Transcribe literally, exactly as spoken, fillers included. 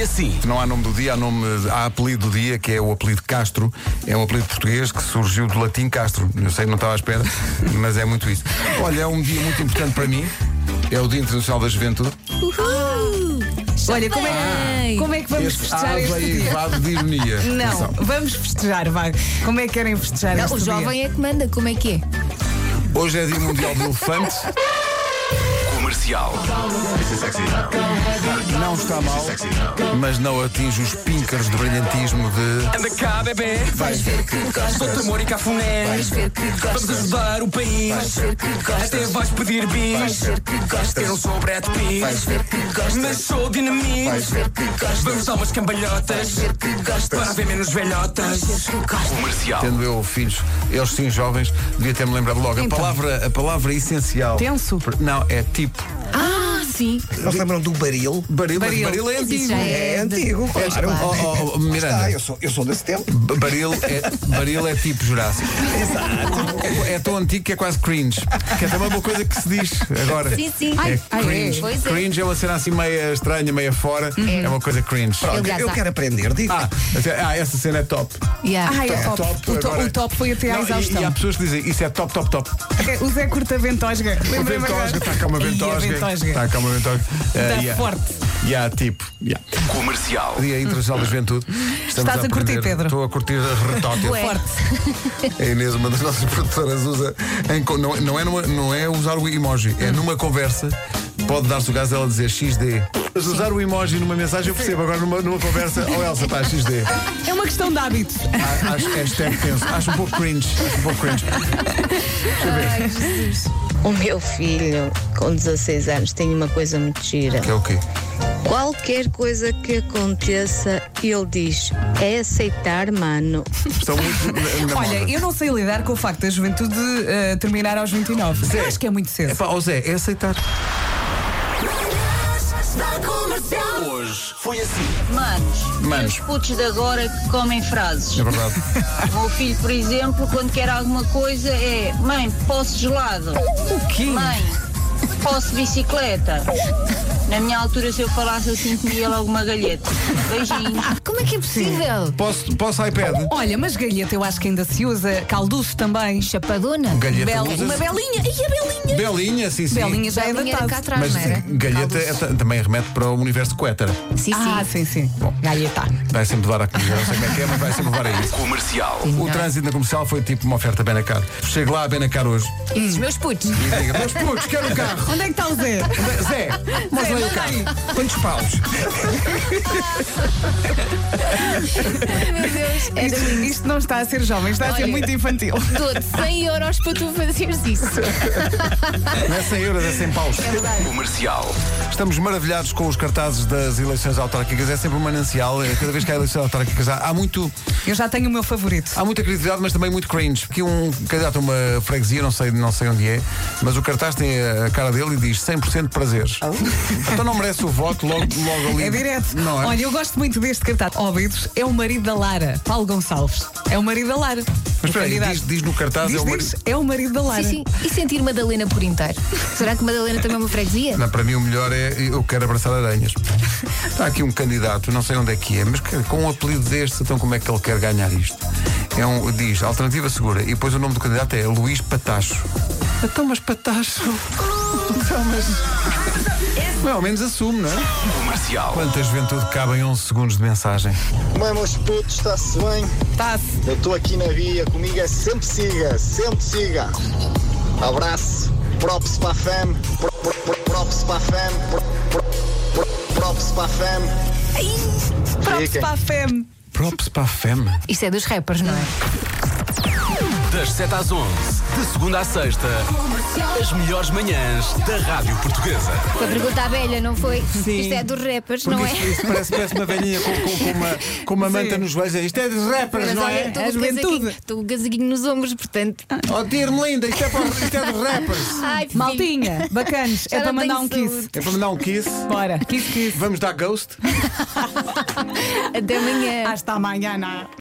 foi assim. Não há nome do dia, há, nome, há apelido do dia, que é o apelido Castro. É um apelido português que surgiu do latim Castro. Eu sei que não estava à espera, mas é muito isso. Olha, é um dia muito importante para mim. É o Dia Internacional da Juventude. Uhul. Olha, como é, como é que vamos Este festejar este dia? aveivado de ironia. Não, Atenção. vamos festejar, vai. Como é que querem festejar Não, este o dia? jovem é que manda, como é que é? Hoje é Dia Mundial do Elefante. Comercial. Não está mal, mas não atinge os píncaros de brilhantismo de... Anda cá, bebê. Vais ver que gostas. Sou-te amor e cafuné. Vais ver que gostas. Vamos ajudar o país. Vais ver que gostas. Até vais pedir bis. Vais ver que gostas. Eu não sou Brad Pitt. Vais ver que gostas. Mas sou dinamite. Vais ver que gostas. Vamos dar umas cambalhotas. Vais ver que gostas. Para haver menos velhotas. Comercial. Tendo eu filhos, eles sim jovens, devia ter-me lembrado logo. A Então. palavra, a palavra essencial. Tenso? Não, é tipo. Ah, sim. Não se lembram do baril? Baril, mas Baril. baril é Mas isso antigo. já É é, de- antigo, Pois, claro. claro. Oh, oh, oh, Miranda, Ah, eu sou, eu sou desse tempo. B- baril é, baril é tipo Jurássico. É, é tão antigo que é quase cringe. Que é também uma coisa que se diz agora. Sim, sim. É Ai, ai, cringe. é. Pois é. Cringe é uma cena assim meia estranha, meia fora. É uma coisa cringe. Aliás, Eu há- quero aprender, digo. Ah, até- ah, essa cena é top. Yeah. Ai, é top. top, o, to- agora- o top foi até à Não, e, exaustão. e há pessoas que dizem isso é top, top, top. O Zé Curta Ventosga. Uma Lembrei-me ventosga, agora. está cá uma Ai, a ventosga. ventosga. Está cá uma ventosga. Está Ah, yeah. forte. Yeah, tipo, yeah. Comercial. Dia Internacional da Juventude. Estamos Estás a curtir, aprender- Pedro? Estou a curtir a retóquio. Bué. A Inês, uma das nossas produtoras, usa. Em, co- não, não, é numa- não é usar o emoji, é numa conversa. Pode dar-se o caso dela dizer X D. Mas usar o emoji numa mensagem eu percebo. Agora numa, numa conversa, oh Elsa, pá, X D. É uma questão de hábitos. Ah, Acho, hashtag tenso. Acho um pouco cringe. Acho um pouco cringe. O meu filho, com dezasseis anos, tem uma coisa muito gira. Que é o quê? Qualquer coisa que aconteça, ele diz: é aceitar, mano. Estão muito na Olha, moda. eu não sei lidar com o facto da juventude eh, terminar aos vinte e nove. Eu acho que é muito cedo. Epá, ó Zé, é aceitar. Hoje foi assim. Manos, Manos. e os putos de agora que comem frases. É verdade. O meu filho, por exemplo, quando quer alguma coisa é: mãe, posso gelado? O quê? Mãe, posso bicicleta? Na minha altura, se eu falasse assim, comia logo uma galheta. Beijinhos. Como é que é possível? Posso, posso iPad? Olha, mas galheta eu acho que ainda se usa. Calduço também. Chapadona? Galheta Bel- usa-se. uma belinha. E a belinha? Belinha, sim, sim. Belinha já é Belinha era cá datado. atrás, Mas não era? galheta é Calduço. ta- também remete para o universo coétara. Sim, sim. Ah, sim, sim. Bom. Galheta. Vai sempre levar à comida, não sei como é que é, mas vai sempre levar a isso. Comercial. O trânsito na comercial foi tipo uma oferta Benacar. Chego lá a Benacar hoje E diz, meus putos. e diga: meus putos, quero o carro. Onde é que está o Zé? Zé, mas Zé, lá o manda aí. carro. Quantos paus? Meu Deus, era Isto, isto não está a ser jovem, está a ser Olha. muito infantil. Dou-te cem euros para tu fazeres isso. Não é cem euros, é cem paus. Comercial. Estamos maravilhados com os cartazes das eleições autárquicas. É sempre um manancial. É, cada vez que há eleições autárquicas há, há muito. Eu já tenho o meu favorito. Há muita criatividade, mas também muito cringe. Aqui um candidato a uma freguesia, não sei, não sei onde é, mas o cartaz tem a cara dele e diz cem por cento de prazeres. Então não merece o voto logo, logo ali. É direto. Não é? Olha, eu gosto muito deste cartaz. Óbidos é o marido da Lara, Paulo Gonçalves. É o marido da Lara. Mas espera aí, Candidato. diz, diz no cartaz Diz, é o diz, marido. é o marido da Lara. Sim, sim. E sentir Madalena por inteiro? Será que Madalena também é uma freguesia? Não, para mim o melhor é eu quero abraçar aranhas. Está aqui um candidato, não sei onde é que é, mas que- com um apelido deste, então como é que ele quer ganhar isto? É um, diz alternativa segura e depois o nome do candidato é Luís Patacho. Então, mas Patacho. Então, mas. Bem, ao menos assume, não é? Comercial. Quanta juventude cabe em onze segundos de mensagem. Como é, meus putos, está-se bem? Está-se. Eu estou aqui na via, comigo é sempre siga, sempre siga. Abraço, props para a fam, pro- pro- pro- props para a fam, pro- pro- pro- props para a fam. Props Fiquem. para a F E M. Props para a fema. Isto é dos rappers, não é? Das sete às onze, de segunda à sexta, as melhores manhãs da Rádio Portuguesa. Foi pergunta à velha, não foi? Sim. Isto é dos rappers, Porque não é? isto, isto parece, parece uma velhinha com, com- com uma, com uma manta nos joelhos. Isto é dos rappers, Mas não olha, é? estou A com o juventude. casaquinho- estou com o casaquinho nos ombros, portanto. Oh, tiro-me linda, isto é, para, isto é dos rappers. Ai, filho. Maltinha, bacanas. Já É para não mandar um tenho kiss. saúde. É para me dar um kiss. Bora, kiss, kiss. Vamos dar ghost. Até amanhã. Hasta amanhã.